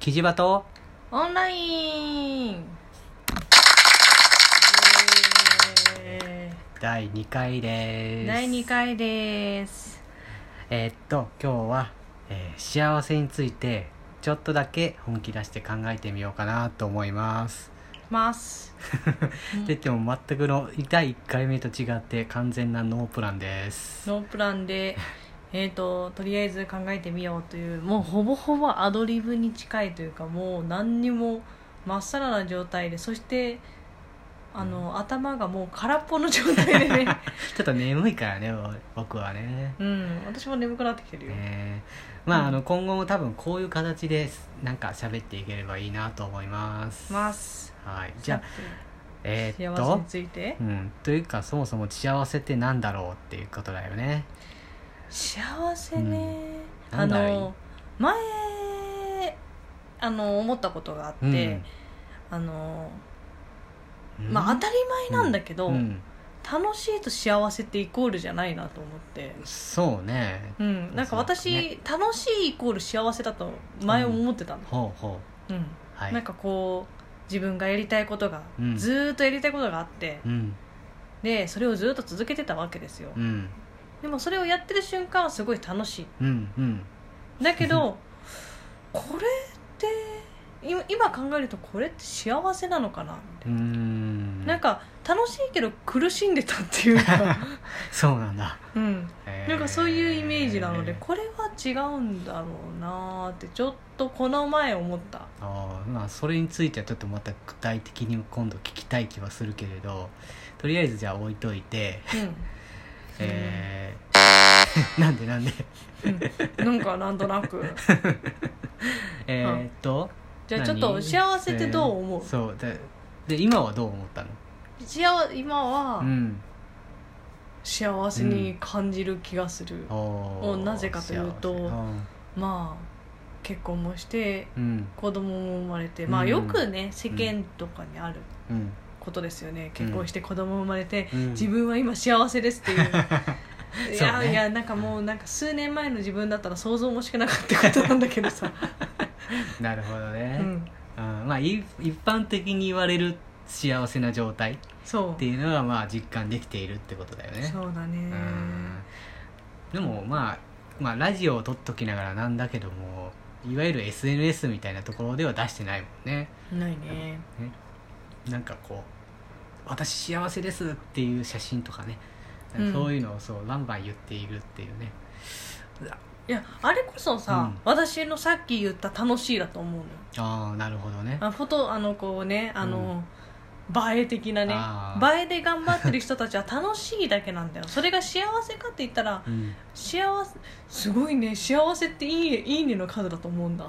キジバトオンライン第2回です。 第2回です。 今日は、幸せについてちょっとだけ本気出して考えてみようかなと思います。って言っても全くの第1回目と違って完全なノープランです。 ノープランでとりあえず考えてみようという、もうほぼほぼアドリブに近いというか、もう何にもまっさらな状態で、そして頭がもう空っぽの状態でねちょっと眠いからね、僕はね。 私も眠くなってきてるよ。 今後も多分こういう形でなんか喋っていければいいなと思います。はい、じゃあ幸せについて、 というかそもそも幸せってなんだろうっていうことだよね。 幸せね、 なんだい？ 前思ったことがあって、当たり前なんだけど、楽しいと幸せってイコールじゃないなと思って。 そうね。 なんか私、楽しいイコール幸せだと前思ってたの。なんかこう自分がやりたいことが、ずーっとやりたいことがあって、でそれをずっと続けてたわけですよ。でもそれをやってる瞬間はすごい楽しい。だけどこれって今考えると、これって幸せなのかなみたいな。なんか楽しいけど苦しんでたっていうかそうなんだ。 なんかそういうイメージなので、これは違うんだろうなってちょっとこの前思った。 それについてはちょっとまた具体的に今度聞きたい気はするけれど、とりあえずじゃあ置いといて、なんでなんかなんとなくじゃあちょっと幸せってどう思う？ そうで今はどう思ったの？ 今は、幸せに感じる気がする。なぜかというと、結婚もして、子供も生まれて、よくね世間とかにあることですよね。結婚して子供生まれて、自分は今幸せですっていういやなんかもうなんか数年前の自分だったら想像もしなかったことなんだけどさなるほどね。一般的に言われる幸せな状態っていうのは実感できているってことだよね。 そうだね。 でもラジオを撮っときながらなんだけども、いわゆる SNS みたいなところでは出してないもんね。 ないね。 なんかこう私幸せですっていう写真とかね、そういうのをバンバン言っているっていうね。 いやあれこそさ、私のさっき言った楽しいだと思うのよ。 なるほどね。 こうね映え的なね、映えで頑張ってる人たちは楽しいだけなんだよ。それが幸せかって言ったら、すごいね、幸せっていいねの数だと思うんだ。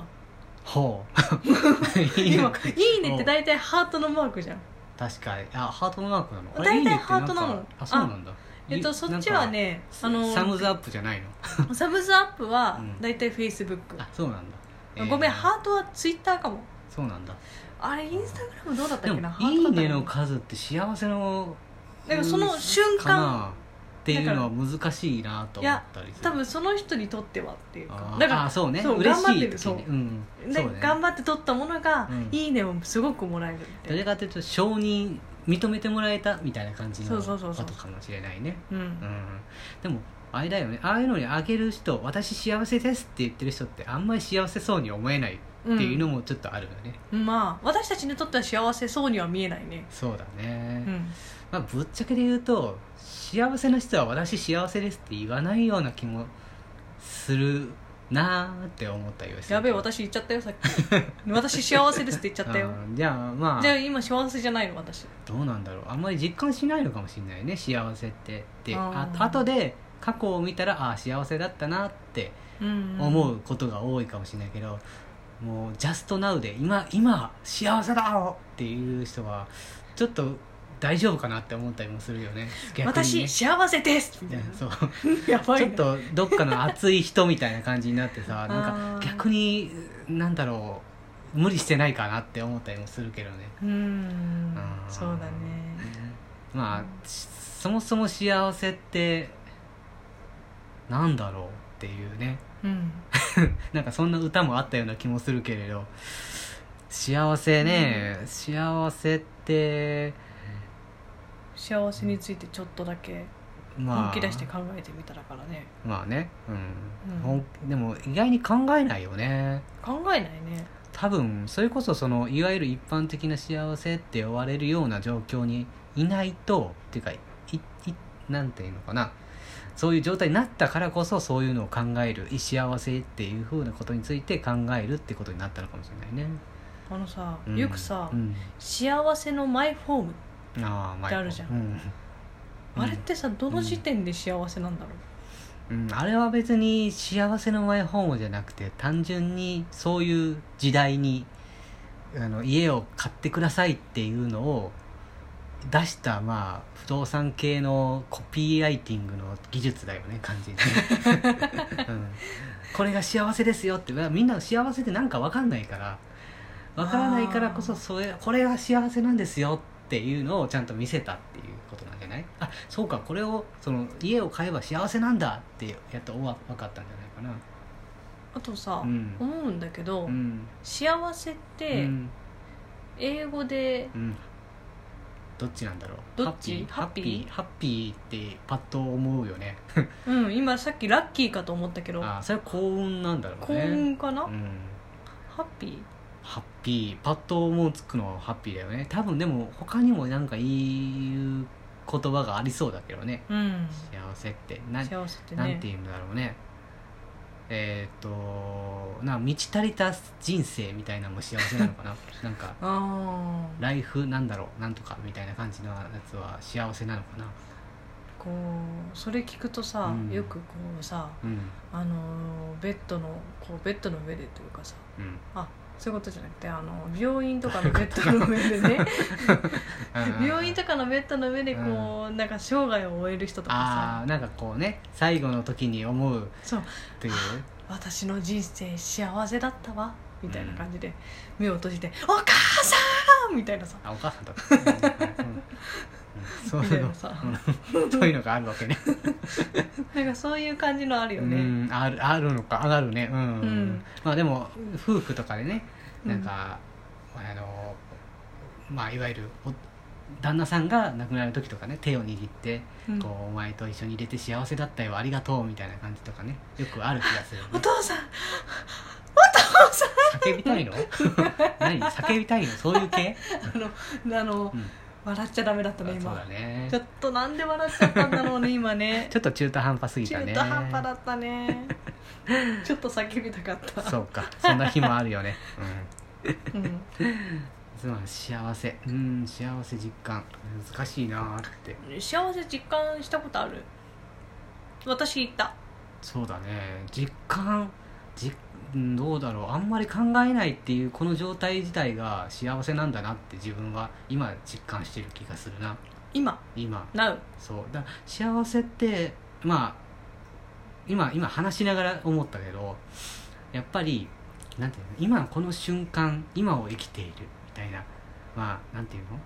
いいねって大体ハートのマークじゃん。 確かにハートのマークなの？ 大体ハートなの。 そうなんだ。 そっちはね、 サムズアップじゃないの？ サムズアップは大体フェイスブック。 そうなんだ。 ごめん、ハートはツイッターかも。 そうなんだ。 あれインスタグラムどうだったっけな。 いいねの数って幸せのだからその瞬間っていうのは難しいなと思ったりする。 多分その人にとってはっていうか、 だからそうね、嬉しい時に頑張って撮ったものがいいねをすごくもらえるって。 どれかというと承認認めてもらえたみたいな感じのことかもしれないね。でもあれだよね、ああいうのにあげる人、私幸せですって言ってる人ってあんまり幸せそうに思えないっていうのもちょっとあるよね。 私たちにとっては幸せそうには見えないね。 そうだね。ぶっちゃけで言うと、幸せな人は私幸せですって言わないような気もするなーって思ったよ。 やべえ、私言っちゃったよさっき私幸せですって言っちゃったよ。 じゃあ今幸せじゃないの私。 どうなんだろう、あんまり実感しないのかもしれないね、幸せって後で過去を見たら幸せだったなって思うことが多いかもしれないけど、もうジャストナウで今幸せだろっていう人はちょっと大丈夫かなって思ったりもするよね。逆にね、 私幸せですみたいな。 そうやばいちょっとどっかの熱い人みたいな感じになってさなんか逆になんだろう、無理してないかなって思ったりもするけどね。 そうだね。 そもそも幸せってなんだろうっていうね。 なんかそんな歌もあったような気もするけれど、幸せね、幸せって幸せについてちょっとだけ本気出して考えてみたらからね。 まあね、でも意外に考えないよね。 考えないね。 多分それこそそのいわゆる一般的な幸せって呼ばれるような状況にいないとっていうかなんていうのかな、そういう状態になったからこそそういうのを考える、幸せっていう風なことについて考えるってことになったのかもしれないね。 さ、よくさ、幸せのマイフォームってあるじゃん。あれってさ、どの時点で幸せなんだろう。 あれは別に幸せのマイホームじゃなくて、単純にそういう時代に家を買ってくださいっていうのを出した、まあ不動産系のコピーライティングの技術だよね、感じに、これが幸せですよって、みんな幸せってなんか分かんないから、分からないからこそこれが幸せなんですよっていうのをちゃんと見せたっていうことなんじゃない？あ、そうか、これをその家を買えば幸せなんだってやっと分かったんじゃないかな。 あとさ、思うんだけど、幸せって英語で、 どっちなんだろう。 どっち？ ハッピーってパッと思うよね。 今さっきラッキーかと思ったけど、 それは幸運なんだろうね。 幸運かな。ハッピーパッとつくのはハッピーだよね。多分でも他にもなんかいい言葉がありそうだけどね、幸せって幸せってね、 なんていうんだろうね。満ち足りた人生みたいなのも幸せなのかな。なんかライフなんだろうなんとかみたいな感じのやつは幸せなのかな。 こうそれ聞くとさ、よくこうさ、ベッドの上でというかさ、そういうことじゃなくて、病院とかのベッドの上でね病院とかのベッドの上でこう、なんか生涯を終える人とかさ、 なんかこうね、最後の時に思うという、 私の人生幸せだったわみたいな感じで、目を閉じてお母さんみたいなさ、 お母さんだったそういうのがあるわけねなんかそういう感じのあるよね。 あるのか、あるね。まあでも夫婦とかでね、なんか、まあいわゆる旦那さんが亡くなる時とかね、手を握って、お前と一緒に入れて幸せだったよ、ありがとうみたいな感じとかね、よくある気がする、ね、 お父さん叫びたいの何叫びたいの、そういう系笑っちゃダメだったね今。 そうだね、 ちょっとなんで笑っちゃったんだろうね今ねちょっと中途半端すぎたね。 中途半端だったねちょっと叫びたかった。 そうか、そんな日もあるよね。つまり幸せ、幸せ実感難しいなって。 幸せ実感したことある？私言った。 そうだね、実感どうだろう、あんまり考えないっていうこの状態自体が幸せなんだなって自分は今実感してる気がするな。今 Now そうだ、幸せってまあ今話しながら思ったけど、やっぱりなんていうの、今この瞬間、今を生きているみたいな、まあなんていうの、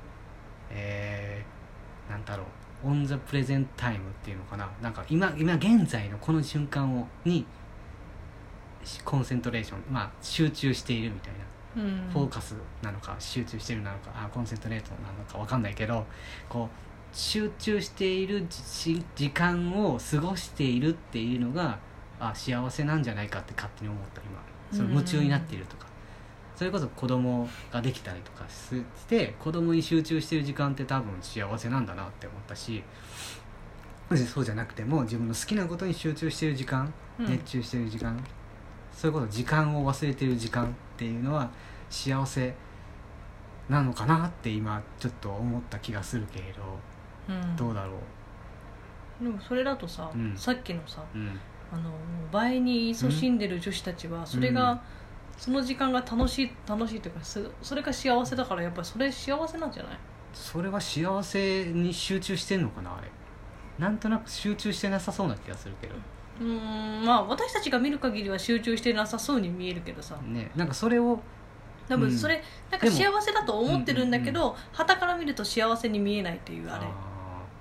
なんだろう、オンザプレゼンタイムっていうのかな、なんか今現在のこの瞬間にコンセントレーション、まあ集中しているみたいな、フォーカスなのか集中しているなのか、コンセントレートなのか分かんないけど、こう集中している時間を過ごしているっていうのが幸せなんじゃないかって勝手に思った。今その夢中になっているとか、それこそ子供ができたりとかして子供に集中している時間って多分幸せなんだなって思ったし、そうじゃなくても自分の好きなことに集中している時間、熱中している時間、それこそ時間を忘れている時間っていうのは幸せなのかなって今ちょっと思った気がするけれど、どうだろう。でもそれだとさ、さっきのさ、倍に勤しんでる女子たちはそれが、その時間が楽しいというか、それが幸せだから、やっぱりそれ幸せなんじゃない？ それは幸せに集中してんのかな。あれなんとなく集中してなさそうな気がするけど、 まあ私たちが見る限りは集中してなさそうに見えるけどさ、 なんかそれを多分それ、なんか幸せだと思ってるんだけど、傍から見ると幸せに見えないっていう、あれ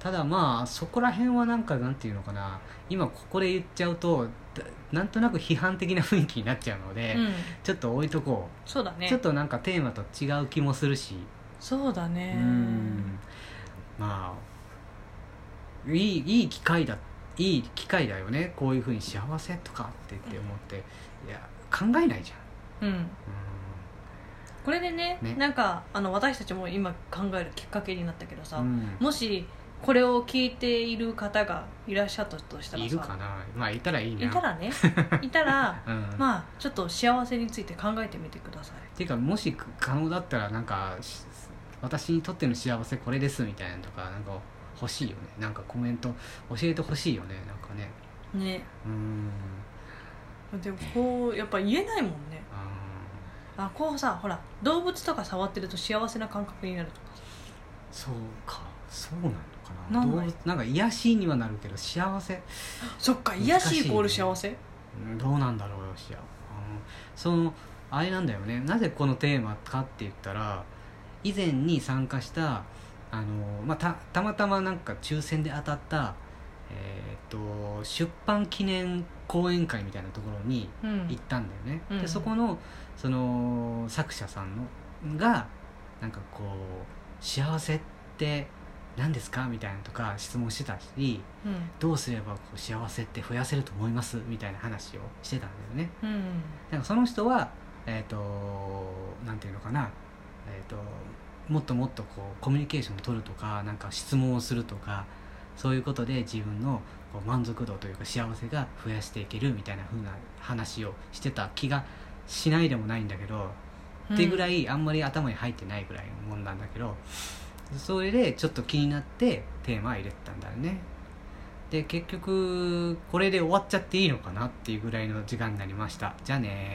ただまあそこら辺はなんていうのかな、今ここで言っちゃうとなんとなく批判的な雰囲気になっちゃうので、ちょっと置いとこう。そうだね。 ちょっとなんかテーマと違う気もするし。 そうだね。 まあいい機会だよね、こういうふうに幸せとかって言って思って、いや考えないじゃん。 これでね、なんか私たちも今考えるきっかけになったけどさ、もしこれを聞いている方がいらっしゃったとしたらさ、 いるかな、まあいたらいいな、 いたらまあちょっと幸せについて考えてみてください。 っていうか、もし可能だったらなんか私にとっての幸せこれですみたいなのとかなんか欲しいよね。なんかコメント教えてほしいよね、なんかね。 でもこうやっぱ言えないもんね。こうさ、ほら動物とか触ってると幸せな感覚になるとか。 そうか、そうなのかな。動物なんか癒しにはなるけど幸せ、 そっか、癒しイコール幸せ、 どうなんだろうよ。そのあれなんだよね。なぜこのテーマかって言ったら、以前に参加したたまたまなんか抽選で当たった出版記念講演会みたいなところに行ったんだよね。でそこのその作者さんのがなんかこう幸せって何ですかみたいなとか質問してたし、どうすればこう幸せって増やせると思いますみたいな話をしてたんだよね。なんかその人はなんていうのかな、もっともっとこうコミュニケーションを取るとか、なんか質問をするとか、そういうことで自分のこう満足度というか幸せが増やしていけるみたいな風な話をしてた気がしないでもないんだけど、ってぐらいあんまり頭に入ってないぐらいのもんなんだけど、それでちょっと気になってテーマ入れてたんだよね。で結局これで終わっちゃっていいのかなっていうぐらいの時間になりました。じゃあね。